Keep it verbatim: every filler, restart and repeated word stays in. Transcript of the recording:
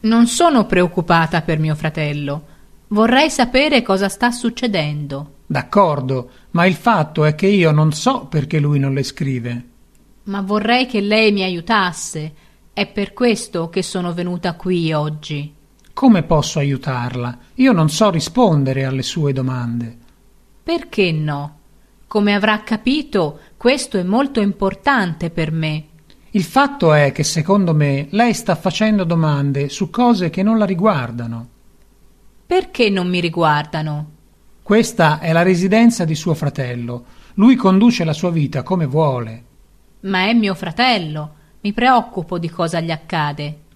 Non sono preoccupata per mio fratello. Vorrei sapere cosa sta succedendo. D'accordo, ma il fatto è che io non so perché lui non le scrive. Ma vorrei che lei mi aiutasse. È per questo che sono venuta qui oggi. Come posso aiutarla? Io non so rispondere alle sue domande. Perché no? Come avrà capito, questo è molto importante per me. Il fatto è che secondo me lei sta facendo domande su cose che non la riguardano. Perché non mi riguardano? Questa è la residenza di suo fratello. Lui conduce la sua vita come vuole. Ma è mio fratello. Mi preoccupo di cosa gli accade.